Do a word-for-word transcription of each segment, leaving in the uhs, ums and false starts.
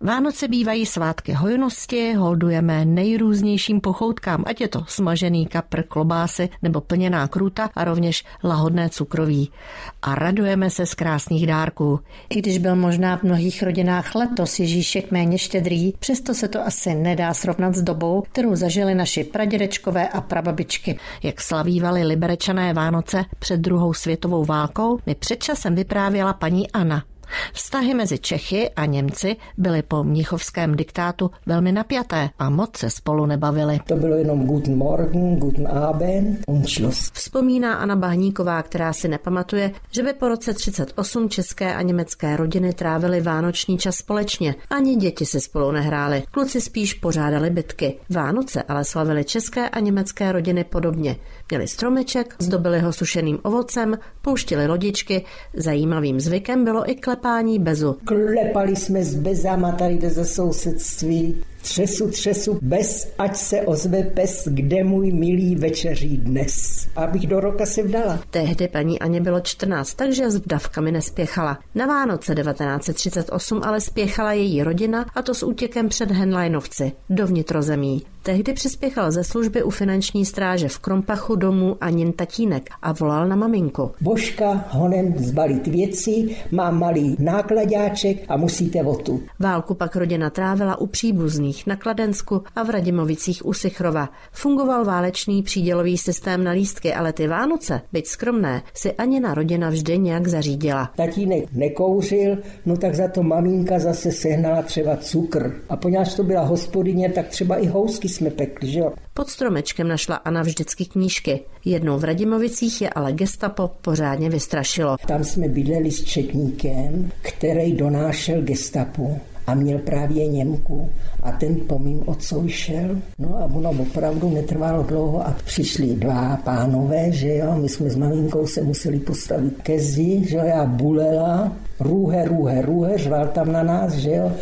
Vánoce bývají svátky hojnosti, holdujeme nejrůznějším pochoutkám, ať je to smažený kapr, klobásy nebo plněná krůta a rovněž lahodné cukroví. A radujeme se z krásných dárků. I když byl možná v mnohých rodinách letos Ježíšek méně štědrý, přesto se to asi nedá srovnat s dobou, kterou zažili naši pradědečkové a prababičky. Jak slavívali Liberečané Vánoce před druhou světovou válkou, mi před časem vyprávěla paní Anna. Vztahy mezi Čechy a Němci byly po mnichovském diktátu velmi napjaté a moc se spolu nebavili. To bylo jenom guten Morgen, guten Abend und Schluss. Vzpomíná Anna Bahníková, která si nepamatuje, že by po roce třicet osm české a německé rodiny trávily vánoční čas společně. Ani děti si spolu nehrály. Kluci spíš pořádali bitky. Vánoce ale slavily české a německé rodiny podobně. Měli stromeček, zdobili ho sušeným ovocem, pouštili lodičky. Zajímavým zvykem bylo i klepání bezu. Klepali jsme s bezama tady ze sousedství. Třesu, třesu, bez, ať se ozve pes, kde můj milý večeří dnes. Abych do roka se vdala. Tehdy paní Aně bylo čtrnáct, takže s vdavkami nespěchala. Na Vánoce devatenáct set třicet osm ale spěchala její rodina, a to s útěkem před Henleinovci do vnitrozemí. Tehdy přispěchal ze služby u finanční stráže v Krompachu domů Anin tatínek a volal na maminku. Božka, honem zbalit věci, mám malý nákladáček a musíte votu. Válku pak rodina trávila u příbuzných na Kladensku a v Radimovicích u Sichrova. Fungoval válečný přídělový systém na lístky, ale ty Vánoce, byť skromné, si Anina rodina vždy nějak zařídila. Tatínek nekouřil, no tak za to maminka zase sehnala třeba cukr. A poněvadž to byla hospodyně, tak třeba i housky jsme pekli, že jo? Pod stromečkem našla Anna vždycky knížky. Jednou v Radimovicích je ale gestapo pořádně vystrašilo. Tam jsme bydleli s četníkem, který donášel gestapu a měl právě Němku a ten po mým otcovi šel. No a ono opravdu netrvalo dlouho a přišli dva pánové, že jo, my jsme s maminkou se museli postavit ke zdi, že jo, já bulela, růhe, růhe, růhe, řval tam na nás, že jo,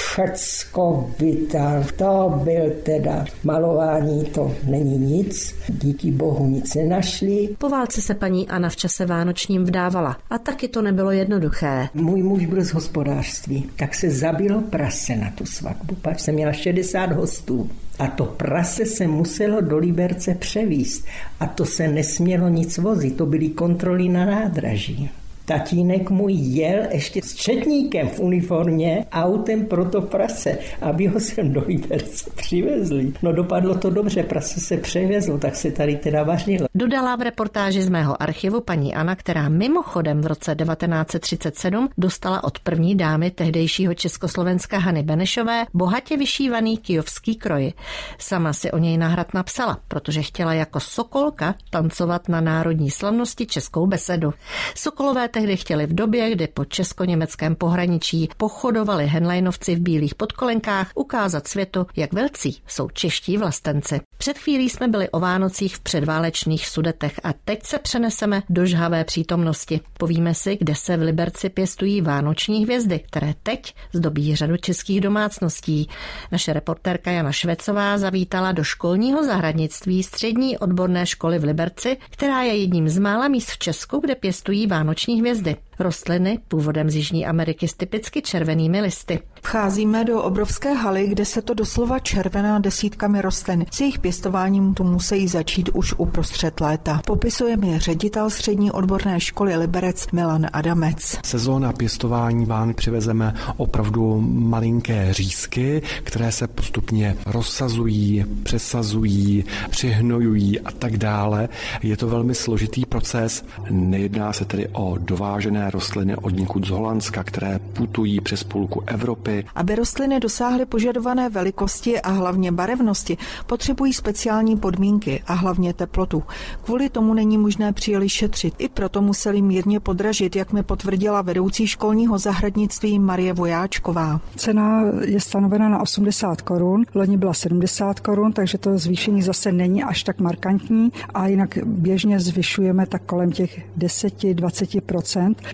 všecko vytáhl, to byl teda malování, to není nic, díky bohu nic nenašli. Po válce se paní Anna v čase vánočním vdávala a taky to nebylo jednoduché. Můj muž byl z hospodářství, tak se zabilo prase na tu svatbu, pak jsem měla šedesát hostů. A to prase se muselo do Liberce převízt. A to se nesmělo nic vozit, to byly kontroly na nádraží. Tatínek můj jel ještě s četníkem v uniformě autem pro to prase, aby ho sem do Liberce přivezli. No dopadlo to dobře, prase se převezlo, tak se tady teda vařilo. Dodala v reportáži z mého archivu paní Anna, která mimochodem v roce devatenáct set třicet sedm dostala od první dámy tehdejšího Československa Hany Benešové bohatě vyšívaný kyjovský kroj. Sama si o něj na hrad napsala, protože chtěla jako sokolka tancovat na národní slavnosti Českou besedu. Sokolové tehdy chtěli v době, kdy po česko-německém pohraničí pochodovali Henleinovci v bílých podkolenkách, ukázat světu, jak velcí jsou čeští vlastenci. Před chvílí jsme byli o Vánocích v předválečných Sudetech a teď se přeneseme do žhavé přítomnosti. Povíme si, kde se v Liberci pěstují vánoční hvězdy, které teď zdobí řadu českých domácností. Naše reportérka Jana Švecová zavítala do školního zahradnictví střední odborné školy v Liberci, která je jedním z mála míst v Česku, kde pěstují vánoční hvězdy. Rostliny původem z Jižní Ameriky s typicky červenými listy. Vcházíme do obrovské haly, kde se to doslova červená desítkami rostlin. S jejich pěstováním tu musí začít už uprostřed léta. Popisuje mi ředitel střední odborné školy Liberec Milan Adamec. Sezóna pěstování Vánoc přivezeme opravdu malinké řízky, které se postupně rozsazují, přesazují, přihnojují a tak dále. Je to velmi složitý proces. Nejedná se tedy o dovážené rostliny odnikud z Holandska, které putují přes půlku Evropy. Aby rostliny dosáhly požadované velikosti a hlavně barevnosti, potřebují speciální podmínky a hlavně teplotu. Kvůli tomu není možné příliš šetřit. I proto museli mírně podražit, jak mi potvrdila vedoucí školního zahradnictví Marie Vojáčková. Cena je stanovena na osmdesát korun, loni byla sedmdesát korun, takže to zvýšení zase není až tak markantní a jinak běžně zvyšujeme tak kolem těch deset až dvacet procent.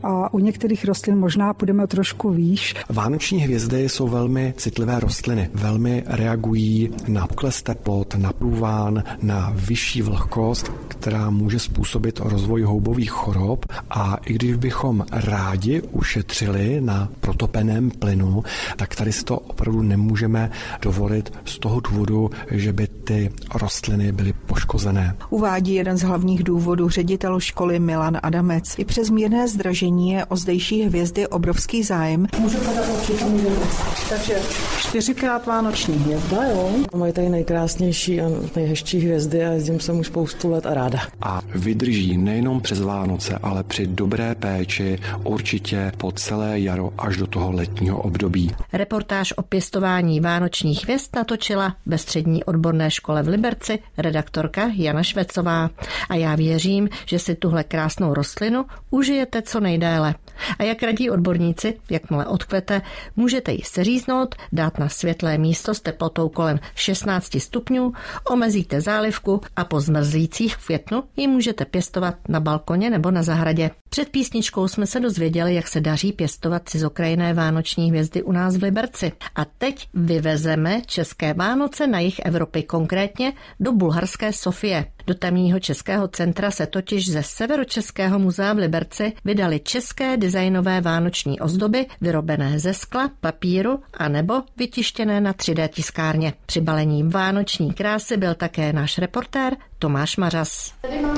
a u některých rostlin možná půjdeme trošku výš. Vánoční hvězdy jsou velmi citlivé rostliny. Velmi reagují na pokles teplot, na průván, na vyšší vlhkost, která může způsobit rozvoj houbových chorob, a i když bychom rádi ušetřili na protopeném plynu, tak tady si to opravdu nemůžeme dovolit z toho důvodu, že by ty rostliny byly poškozené. Uvádí jeden z hlavních důvodů ředitel školy Milan Adamec. I přes mírné zdražení je o zdejší hvězdy obrovský zájem. Můžu podat určitě. Takže čtyřikrát vánoční hvězda, jo? Mají tady nejkrásnější a nejhezčí hvězdy a jezdím sem už spoustu let a ráda. A vydrží nejenom přes Vánoce, ale při dobré péči určitě po celé jaro až do toho letního období. Reportáž o pěstování vánočních hvězd natočila ve střední odborné škole v Liberci redaktorka Jana Švecová. A já věřím, že si tuhle krásnou rostlinu užijete co nejdéle. A jak radí odborníci, jakmile odkvete, můžete ji seříznout, dát na světlé místo s teplotou kolem šestnáct stupňů, omezíte zálivku a po zmrzlících v květnu ji můžete pěstovat na balkoně nebo na zahradě. Před písničkou jsme se dozvěděli, jak se daří pěstovat cizokrajinné vánoční hvězdy u nás v Liberci. A teď vyvezeme české Vánoce na jih Evropy, konkrétně do bulharské Sofie. Do tamního českého centra se totiž ze Severočeského muzea v Liberci vydali české designové vánoční ozdoby vyrobené ze skla, papíru a nebo vytištěné na tři dé tiskárně. Při balení vánoční krásy byl také náš reportér Tomáš Mařas. Tady mám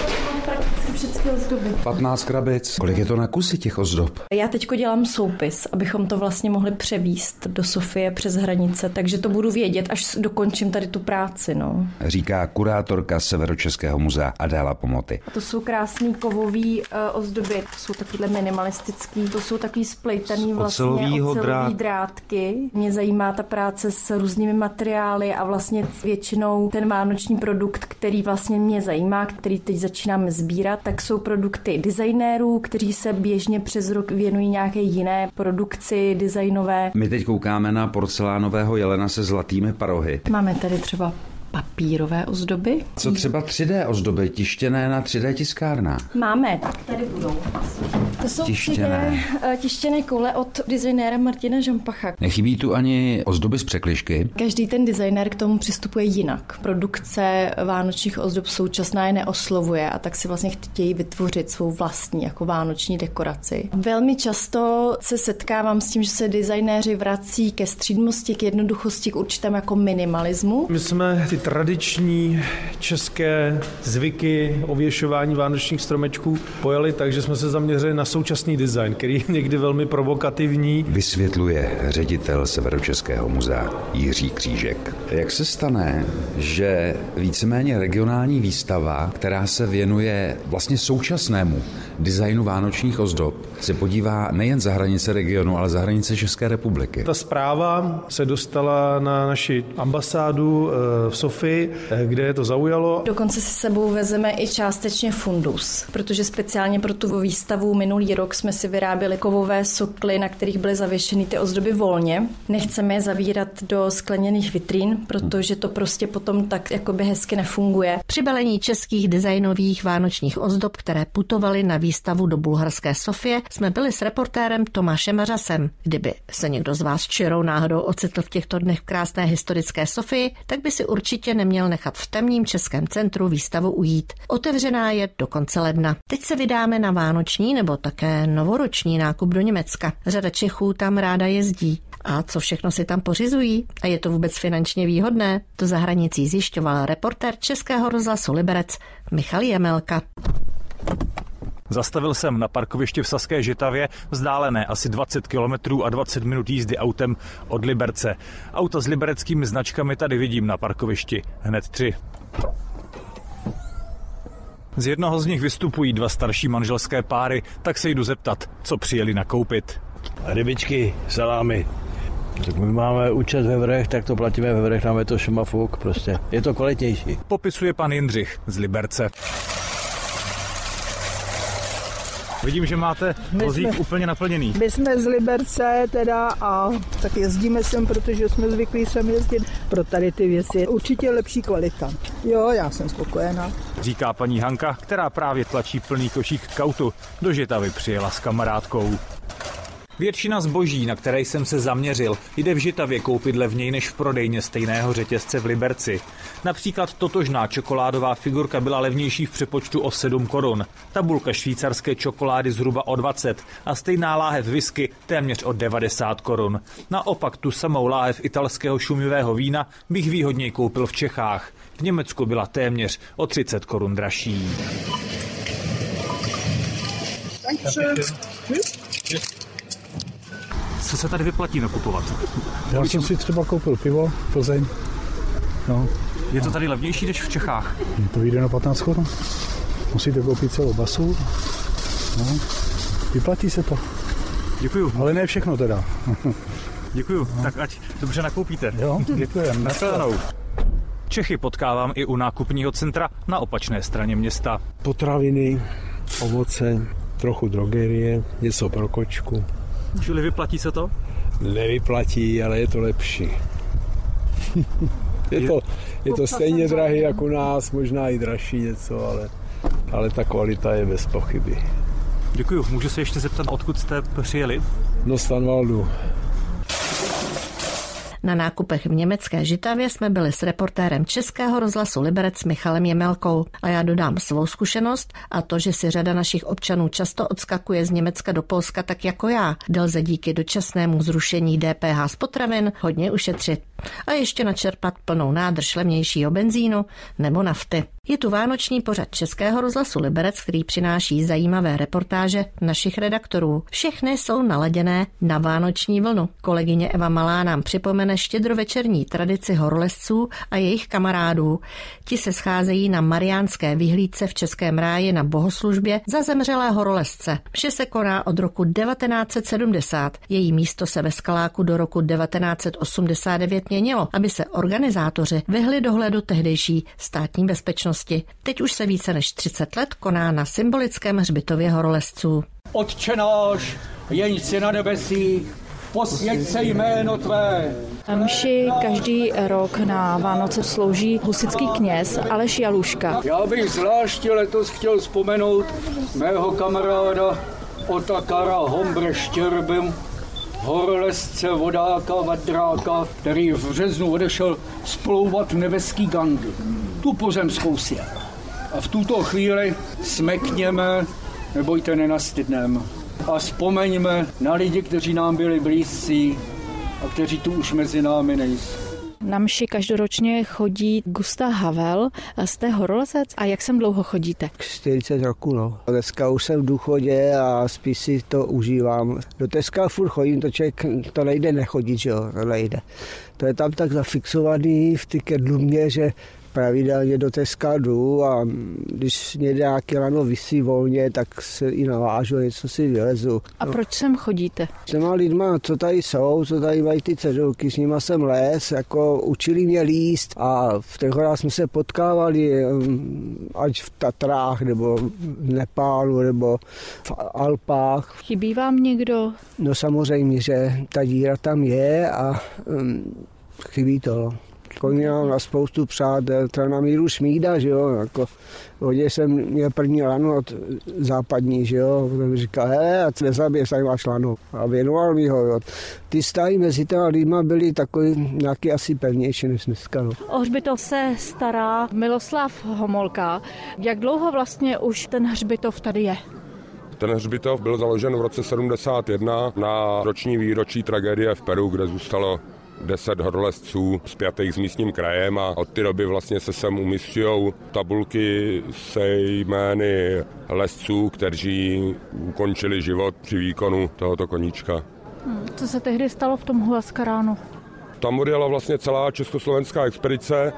všechny ozdoby. patnáct krabic. Kolik je to na kusy těch ozdob? Já teďko dělám soupis, abychom to vlastně mohli převízt do Sofie přes hranice, takže to budu vědět, až dokončím tady tu práci, no. Říká kurátorka Severočeského muzea Adéla Pomoty. A to jsou krásný kovový uh, ozdoby, to jsou takovýhle minimalistický, to jsou takový splejtaný vlastně ocelový drát. drátky. Mě zajímá ta práce s různými materiály a vlastně většinou ten vánoční produkt, který vlastně mě zajímá, který teď začínáme sbírat, tak jsou produkty designérů, kteří se běžně přes rok věnují nějaké jiné produkci designové. My teď koukáme na porcelánového jelena se zlatými parohy. Máme tady třeba papírové ozdoby. Co třeba tři dé ozdoby, tištěné na tři dé tiskárnách? Máme, tak tady budou. To jsou tištěné. tištěné koule od designéra Martina Žampacha. Nechybí tu ani ozdoby z překližky. Každý ten designér k tomu přistupuje jinak. Produkce vánočních ozdob současná je neoslovuje a tak si vlastně chtějí vytvořit svou vlastní jako vánoční dekoraci. Velmi často se setkávám s tím, že se designéři vrací ke střídmosti, k jednoduchosti, k určitému jako minimalismu. My jsme ty tradiční české zvyky ověšování vánočních stromečků pojali, takže jsme se zaměřili na současný design, který je někdy velmi provokativní. Vysvětluje ředitel Severočeského muzea Jiří Křížek. Jak se stane, že víceméně regionální výstava, která se věnuje vlastně současnému designu vánočních ozdob, se podívá nejen za hranice regionu, ale za hranice České republiky? Ta zpráva se dostala na naši ambasádu v Sofii, kde je to zaujalo. Dokonce si sebou vezeme i částečně fundus, protože speciálně pro tu výstavu minulý rok jsme si vyráběli kovové sokly, na kterých byly zavěšeny ty ozdoby volně. Nechceme je zavírat do skleněných vitrín, protože to prostě potom tak jakoby hezky nefunguje. Při balení českých designových vánočních ozdob, které putovaly na výstavu do bulharské Sofie, jsme byli s reportérem Tomášem Mařasem. Kdyby se někdo z vás čirou náhodou ocitl v těchto dnech v krásné historické Sofii, tak by si určitě neměl nechat v tamním českém centru výstavu ujít. Otevřená je do konce ledna. Teď se vydáme na vánoční nebo také novoroční nákup do Německa. Řada Čechů tam ráda jezdí. A co všechno si tam pořizují? A je to vůbec finančně výhodné? To za hranicí zjišťoval reportér Českého rozhlasu Liberec Michal Jemelka. Zastavil jsem na parkovišti v Saské Žitavě, vzdálené asi dvacet kilometrů a dvacet minut jízdy autem od Liberce. Auta s libereckými značkami tady vidím na parkovišti. Hned tři. Z jednoho z nich vystupují dva starší manželské páry, tak se jdu zeptat, co přijeli nakoupit. Rybičky, salámy. Tak my máme účet ve Vrech, tak to platíme ve Vrech, nám je to šumafuk, prostě. Je to kvalitnější. Popisuje pan Jindřich z Liberce. Vidím, že máte vozík jsme, úplně naplněný. My jsme z Liberce teda a tak jezdíme sem, protože jsme zvyklí sem jezdit. Pro tady ty věci je určitě lepší kvalita. Jo, já jsem spokojená. Říká paní Hanka, která právě tlačí plný košík kautu. Do Žitavy přijela s kamarádkou. Většina zboží, na které jsem se zaměřil, jde v Žitavě koupit levněji než v prodejně stejného řetězce v Liberci. Například totožná čokoládová figurka byla levnější v přepočtu o sedm korun, tabulka švýcarské čokolády zhruba o dvacet a stejná láhev whisky téměř o devadesát korun. Naopak tu samou láhev italského šumivého vína bych výhodněji koupil v Čechách. V Německu byla téměř o třicet korun dražší. Co se tady vyplatí nakupovat? Já jsem si třeba koupil pivo, Plzeň. No. Je to tady levnější než v Čechách? To vyjde na patnáct korun. Musíte koupit celou basu. No. Vyplatí se to. Děkuju. Ale ne všechno teda. Děkuju. No. Tak ať dobře nakoupíte. Jo, děkujem. Nashledanou. Čechy potkávám i u nákupního centra na opačné straně města. Potraviny, ovoce, trochu drogerie, něco pro kočku. Čili vyplatí se to? Nevyplatí, ale je to lepší. je, to, je to stejně drahý jako u nás, možná i dražší něco, ale, ale ta kvalita je bez pochyby. Děkuju. Můžu se ještě zeptat, odkud jste přijeli? No, z Tanvaldu. Na nákupech v německé Žitavě jsme byli s reportérem Českého rozhlasu Liberec Michalem Jemelkou. A já dodám svou zkušenost a to, že si řada našich občanů často odskakuje z Německa do Polska tak jako já, jde lze díky dočasnému zrušení D P H z potravin hodně ušetřit. A ještě načerpat plnou nádrž levnějšího benzínu nebo nafty. Je tu vánoční pořad Českého rozhlasu Liberec, který přináší zajímavé reportáže našich redaktorů. Všechny jsou naladěné na vánoční vlnu. Kolegyně Eva Malá nám připomene štědrovečerní tradici horolezců a jejich kamarádů. Ti se scházejí na mariánské vyhlídce v Českém ráji na bohoslužbě za zemřelé horolezce. Vše se koná od roku devatenáct set sedmdesát. Její místo se ve Skaláku do roku devatenáct set osmdesát devět měnilo, aby se organizátoři vyhli dohledu tehdejší státní bezpečnosti. Teď už se více než třicet let koná na symbolickém hřbitově horolezců. Otče náš, jenž jsi na nebesích, posvěť se jméno tvé. Mši každý rok na Vánoce slouží husitský kněz Aleš Jaluška. Já bych zvláště letos chtěl vzpomenout mého kamaráda Otakara Hombre Štěrbem, horolezce, vodáka, vadráka, který v březnu odešel splouvat nebeský Gangy, tu pozemskou sílu. A v tuto chvíli smekněme, nebojte, nenastydneme. A vzpomeňme na lidi, kteří nám byli blízcí a kteří tu už mezi námi nejsou. Na mši každoročně chodí Gustav Havel. Jste horolezec a jak sem dlouho chodíte? čtyřicet roků, no. Dneska už jsem v důchodě a spíš si to užívám. Do Teska furt chodím, to člověk, to nejde nechodit, že jo, to nejde. To je tam tak zafixovaný v ty kedlumě, že pravidelně do Teska jdu a když někde nějaké lano visí volně, tak se i navážu, něco si vylezu. A no. Proč sem chodíte? S těma lidma, co tady jsou, co tady mají ty cedulky, s nima jsem les, jako učili mě líst a v těch horách jsme se potkávali, ať v Tatrách, nebo v Nepálu, nebo v Alpách. Chybí vám někdo? No samozřejmě, že ta díra tam je a um, chybí to. Koně mám na spoustu přátel, třeba na míru Šmída, že jo, jako hodě jsem měl první lano od západní, že jo, potom říkal, hele, ať nezabiješ, tady máš lano a věnoval mi ho, jo. Ty stájí mezi těma lidma byly takový nějaký asi pevnější než dneska, no. O hřbitov se stará Miloslav Homolka. Jak dlouho vlastně už ten hřbitov tady je? Ten hřbitov byl založen v roce sedmdesát jedna na roční výročí tragédie v Peru, kde zůstalo deset horolezců spjatých s místním krajem a od té doby vlastně se sem umísťují tabulky se jmény lezců, kteří ukončili život při výkonu tohoto koníčka. Hmm, co se tehdy stalo v tom Huascaránu? Tam odjela vlastně celá československá expedice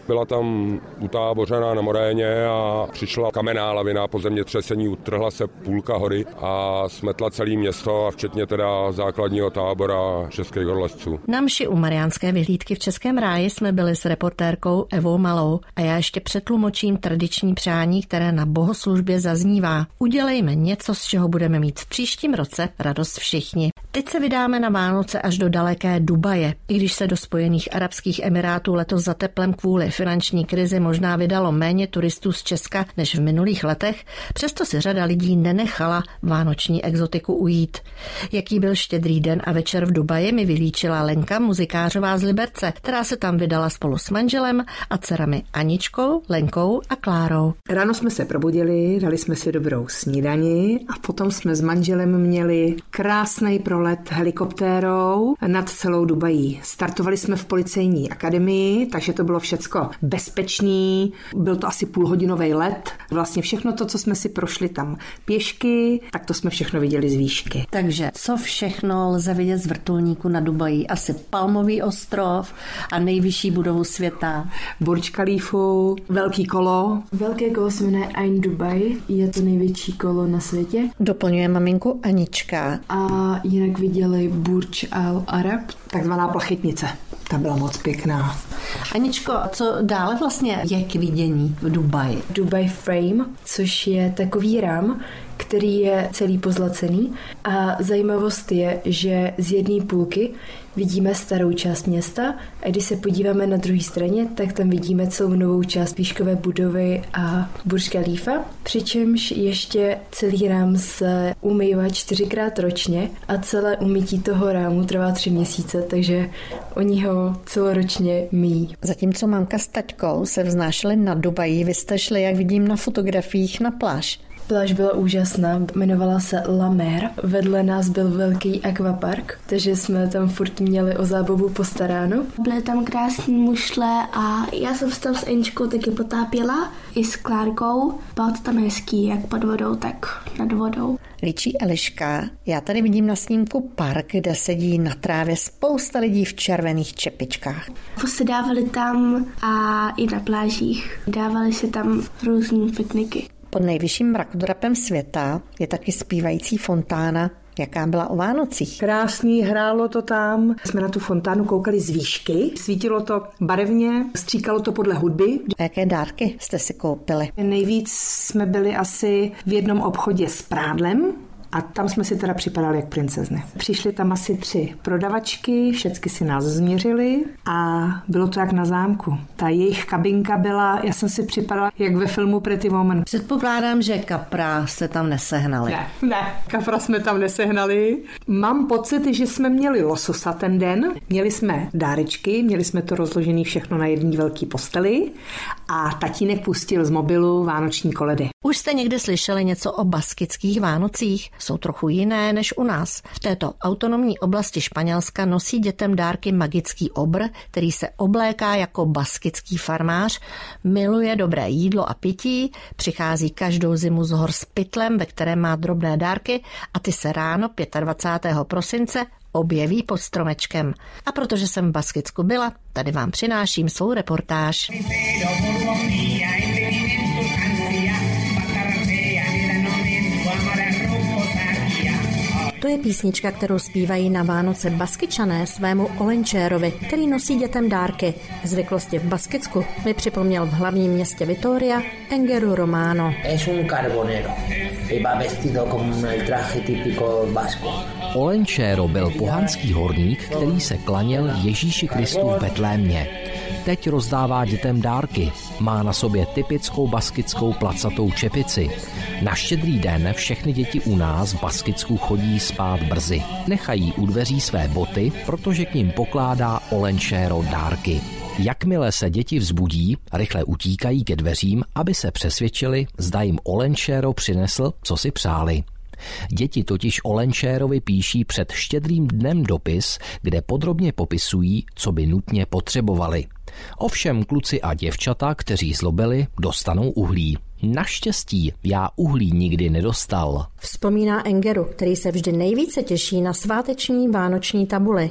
Byla tam utábořená na moréně a přišla kamenná lavina po zemětřesení, utrhla se půlka hory a smetla celé město a včetně teda základního tábora českých horolezců. Na mši u Mariánské vyhlídky v Českém ráji jsme byli s reportérkou Evou Malou a já ještě přetlumočím tradiční přání, které na bohoslužbě zaznívá. Udělejme něco, z čeho budeme mít v příštím roce radost všichni. Teď se vydáme na Vánoce až do daleké Dubaje. I když se do Spojených arabských emirátů letos za teplem kvůli finanční krizi možná vydalo méně turistů z Česka než v minulých letech, přesto si řada lidí nenechala vánoční exotiku ujít. Jaký byl štědrý den a večer v Dubaji, mi vylíčila Lenka Muzikářová z Liberce, která se tam vydala spolu s manželem a dcerami Aničkou, Lenkou a Klárou. Ráno jsme se probudili, dali jsme si dobrou snídani a potom jsme s manželem měli krásný prolet helikoptérou nad celou Dubají. Startovali jsme v policejní akademii, takže to bylo všecko bezpečný. Byl to asi půlhodinový let. Vlastně všechno to, co jsme si prošli tam pěšky, tak to jsme všechno viděli z výšky. Takže co všechno lze vidět z vrtulníku na Dubaji? Asi Palmový ostrov a nejvyšší budovu světa. Burj Khalifu, velký kolo. Velké kolo se jmenuje Ain Dubai, je to největší kolo na světě. Doplňuje maminku Anička. A jinak viděli Burj Al Arab. Takzvaná plachetnice. Ta byla moc pěkná. Aničko, co dále vlastně je k vidění v Dubaji? Dubai Frame, což je takový rám, který je celý pozlacený. A zajímavost je, že z jedné půlky vidíme starou část města a když se podíváme na druhé straně, tak tam vidíme celou novou část výškové budovy a Burj Khalifa. Přičemž ještě celý rám se umývá čtyřikrát ročně a celé umytí toho rámu trvá tři měsíce, takže oni ho celoročně myjí. Zatímco mamka s taťkou se vznášeli na Dubaji, vy jste šli, jak vidím na fotografiích, na pláž. Pláž byla úžasná, jmenovala se La Mer. Vedle nás byl velký akvapark, takže jsme tam furt měli o zábavu postaráno. Byly tam krásné mušle a já jsem se tam s Aničkou taky potápěla i s Klárkou. Bylo to tam hezký, jak pod vodou, tak nad vodou. Líčí Eliška. Já tady vidím na snímku park, kde sedí na trávě spousta lidí v červených čepičkách. Posedávali tam a i na plážích. Dávali si tam různý pikniky. Pod nejvyšším mrakodrapem světa je taky zpívající fontána. Jaká byla o Vánocích? Krásný, hrálo to tam. Jsme na tu fontánu koukali z výšky. Svítilo to barevně, stříkalo to podle hudby. A jaké dárky jste si koupili? Nejvíc jsme byli asi v jednom obchodě s prádlem. A tam jsme si teda připadali jak princezny. Přišly tam asi tři prodavačky, všechny si nás změřily a bylo to jak na zámku. Ta jejich kabinka byla, já jsem si připadala jak ve filmu Pretty Woman. Předpokládám, že kapra jste tam nesehnali. Ne, ne, kapra jsme tam nesehnali. Mám pocit, že jsme měli lososa ten den, měli jsme dárečky, měli jsme to rozložené všechno na jedné velké posteli a tatínek pustil z mobilu vánoční koledy. Už jste někdy slyšeli něco o baskických Vánocích? Jsou trochu jiné než u nás. V této autonomní oblasti Španělska nosí dětem dárky magický obr, který se obléká jako baskický farmář, miluje dobré jídlo a pití, přichází každou zimu z hor s pytlem, ve kterém má drobné dárky a ty se ráno dvacátého pátého prosince objeví pod stromečkem. A protože jsem v Baskicku byla, tady vám přináším svou reportáž. To je písnička, kterou zpívají na Vánoce Baskičané svému Olenčérovi, který nosí dětem dárky. Zvyklosti v Baskicku mi připomněl v hlavním městě Vitoria Engeru Romano. Es un carbonero y va vestido con el traje típico vasco. Olenčero byl pohanský horník, který se klaněl Ježíši Kristu v Betlémě. Teď rozdává dětem dárky. Má na sobě typickou baskickou placatou čepici. Na Štědrý den všechny děti u nás v Baskicku chodí spát brzy. Nechají u dveří své boty, protože k nim pokládá Olenčero dárky. Jakmile se děti vzbudí, rychle utíkají ke dveřím, aby se přesvědčili, zda jim Olenčero přinesl, co si přáli. Děti totiž Olenčérovi píší před Štědrým dnem dopis, kde podrobně popisují, co by nutně potřebovali. Ovšem kluci a děvčata, kteří zlobili, dostanou uhlí. Naštěstí já uhlí nikdy nedostal. Vzpomíná Engeru, který se vždy nejvíce těší na sváteční vánoční tabuli.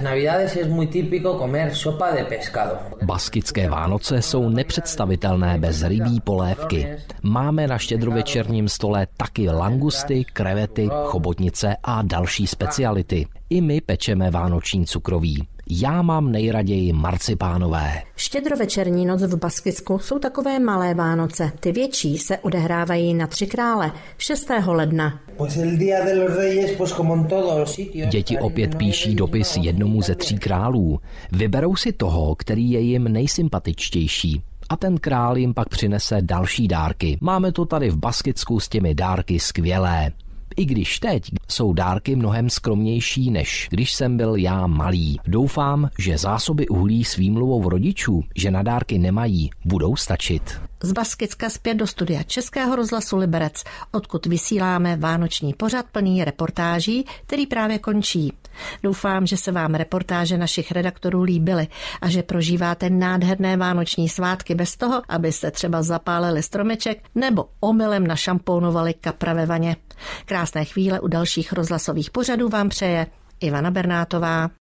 Baskické Vánoce jsou nepředstavitelné bez rybí polévky. Máme na štědrovečerním stole taky langusty, krevety, chobotnice a další speciality. I my pečeme vánoční cukroví. Já mám nejraději marcipánové. Štědrovečerní noc v Baskicku jsou takové malé Vánoce. Ty větší se odehrávají na Tři krále šestého ledna. Děti opět píší dopis jednomu ze tří králů. Vyberou si toho, který je jim nejsympatičtější. A ten král jim pak přinese další dárky. Máme to tady v Baskicku s těmi dárky skvělé. I když teď jsou dárky mnohem skromnější, než když jsem byl já malý. Doufám, že zásoby uhlí s výmluvou rodičů, že na dárky nemají, budou stačit. Z Baskicka zpět do studia Českého rozhlasu Liberec, odkud vysíláme vánoční pořad plný reportáží, který právě končí. Doufám, že se vám reportáže našich redaktorů líbily a že prožíváte nádherné vánoční svátky bez toho, abyste třeba zapálili stromeček nebo omylem našampónovali kapra ve vaně. Krásné chvíle u dalších rozhlasových pořadů vám přeje Ivana Bernátová.